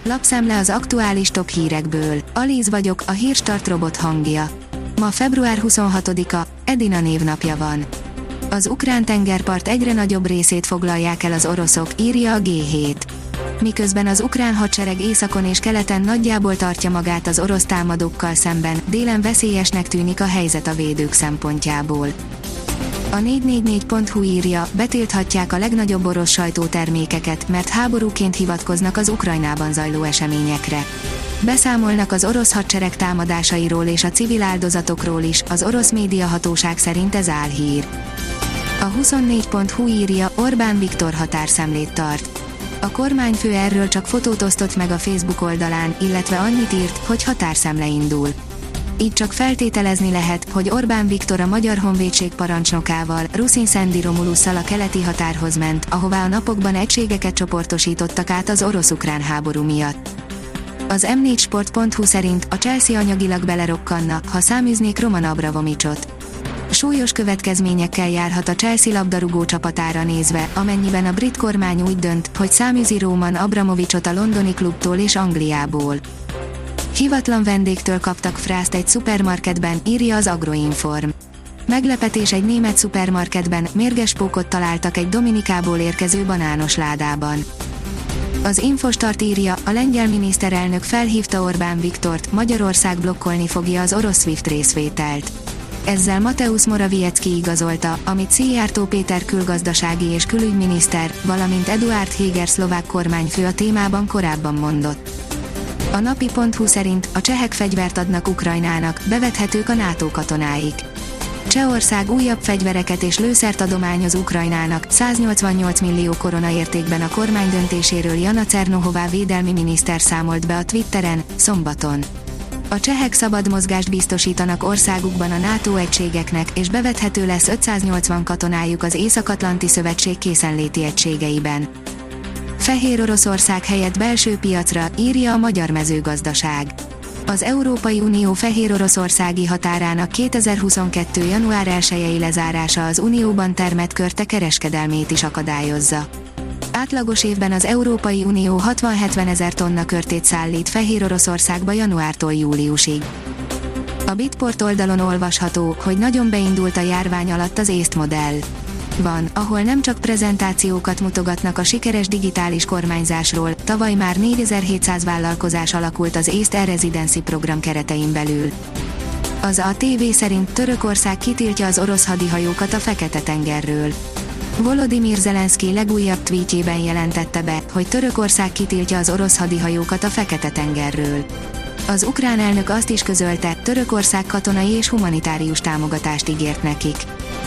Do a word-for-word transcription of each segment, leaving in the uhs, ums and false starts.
Lapszemle az aktuális top hírekből. Alíz vagyok, a Hírstart robot hangja. Ma február huszonhatodika, Edina névnapja van. Az ukrán tengerpart egyre nagyobb részét foglalják el az oroszok, írja a gé hét. Miközben az ukrán hadsereg északon és keleten nagyjából tartja magát az orosz támadókkal szemben, délen veszélyesnek tűnik a helyzet a védők szempontjából. A négy négy négy pont hu írja, betilthatják a legnagyobb orosz sajtótermékeket, mert háborúként hivatkoznak az Ukrajnában zajló eseményekre. Beszámolnak az orosz hadsereg támadásairól és a civil áldozatokról is, az orosz médiahatóság szerint ez álhír. A huszonnégy pont hu írja, Orbán Viktor határszemlét tart. A kormányfő erről csak fotót osztott meg a Facebook oldalán, illetve annyit írt, hogy határszemle indul. Így csak feltételezni lehet, hogy Orbán Viktor a Magyar Honvédség parancsnokával, Ruszin Szendi Romulusszal a keleti határhoz ment, ahová a napokban egységeket csoportosítottak át az orosz-ukrán háború miatt. Az em négy sport pont hu szerint a Chelsea anyagilag belerokkanna, ha száműznék Roman Abramovicsot. Súlyos következményekkel járhat a Chelsea labdarúgó csapatára nézve, amennyiben a brit kormány úgy dönt, hogy száműzi Roman Abramovicsot a londoni klubtól és Angliából. Hivatlan vendégtől kaptak frászt egy szupermarketben, írja az Agroinform. Meglepetés egy német szupermarketben, mérges pókot találtak egy Dominikából érkező banános ládában. Az Infostart írja, a lengyel miniszterelnök felhívta Orbán Viktort, Magyarország blokkolni fogja az orosz SWIFT részvételt. Ezzel Mateusz Morawiecki igazolta, amit Szijjártó Péter külgazdasági és külügyminiszter, valamint Eduard Heger szlovák kormányfő a témában korábban mondott. A napi pont hu szerint a csehek fegyvert adnak Ukrajnának, bevethetők a NATO katonáik. Csehország újabb fegyvereket és lőszert adományoz Ukrajnának, száznyolcvannyolc millió korona értékben a kormány döntéséről Jana Czernohová védelmi miniszter számolt be a Twitteren, szombaton. A csehek szabad mozgást biztosítanak országukban a NATO egységeknek, és bevethető lesz ötszáznyolcvan katonájuk az Észak-Atlanti Szövetség készenléti egységeiben. Fehér Oroszország helyett belső piacra, írja a Magyar Mezőgazdaság. Az Európai Unió fehér oroszországi határának kétezer-huszonkettő. január elsejei lezárása az Unióban termett körte kereskedelmét is akadályozza. Átlagos évben az Európai Unió hatvan-hetven ezer tonna körtét szállít Fehér Oroszországba januártól júliusig. A Bitport oldalon olvasható, hogy nagyon beindult a járvány alatt az észt modell. Van, ahol nem csak prezentációkat mutogatnak a sikeres digitális kormányzásról, tavaly már négyezer-hétszáz vállalkozás alakult az észt e-residency program keretein belül. Az á té vé szerint Törökország kitiltja az orosz hadihajókat a Fekete-tengerről. Volodymyr Zelenszky legújabb tweetjében jelentette be, hogy Törökország kitiltja az orosz hadihajókat a Fekete-tengerről. Az ukrán elnök azt is közölte, Törökország katonai és humanitárius támogatást ígért nekik.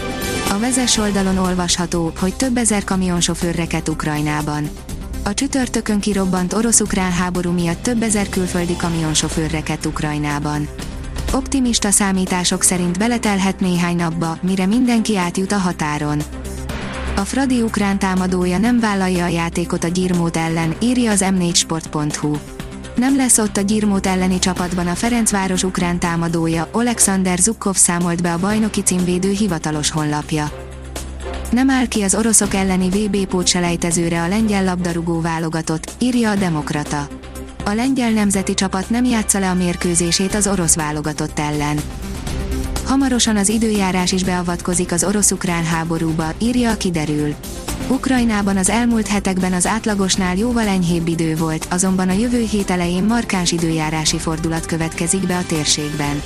A Vezes oldalon olvasható, hogy több ezer kamionsofőr rekedt Ukrajnában. A csütörtökön kirobbant orosz-ukrán háború miatt több ezer külföldi kamionsofőr rekedt Ukrajnában. Optimista számítások szerint beletelhet néhány napba, mire mindenki átjut a határon. A Fradi ukrán támadója nem vállalja a játékot a Gyirmót ellen, írja az em négy sport pont hu. Nem lesz ott a Gyirmót elleni csapatban a Ferencváros ukrán támadója, Oleksandr Zubkov, számolt be a bajnoki címvédő hivatalos honlapja. Nem áll ki az oroszok elleni vé bé pótselejtezőre a lengyel labdarúgó válogatott, írja a Demokrata. A lengyel nemzeti csapat nem játsza le a mérkőzését az orosz válogatott ellen. Hamarosan az időjárás is beavatkozik az orosz-ukrán háborúba, írja a Kiderül. Ukrajnában az elmúlt hetekben az átlagosnál jóval enyhébb idő volt, azonban a jövő hét elején markáns időjárási fordulat következik be a térségben.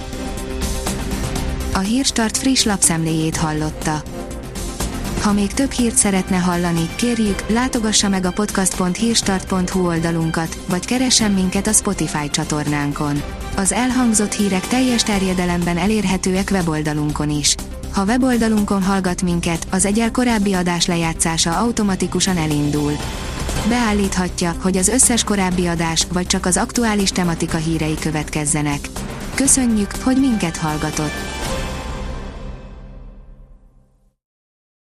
A Hírstart friss lapszemléjét hallotta. Ha még több hírt szeretne hallani, kérjük, látogassa meg a podcast pont hírstart pont hu oldalunkat, vagy keressen minket a Spotify csatornánkon. Az elhangzott hírek teljes terjedelemben elérhetőek weboldalunkon is. Ha weboldalunkon hallgat minket, az egyel korábbi adás lejátszása automatikusan elindul. Beállíthatja, hogy az összes korábbi adás, vagy csak az aktuális tematika hírei következzenek. Köszönjük, hogy minket hallgatott!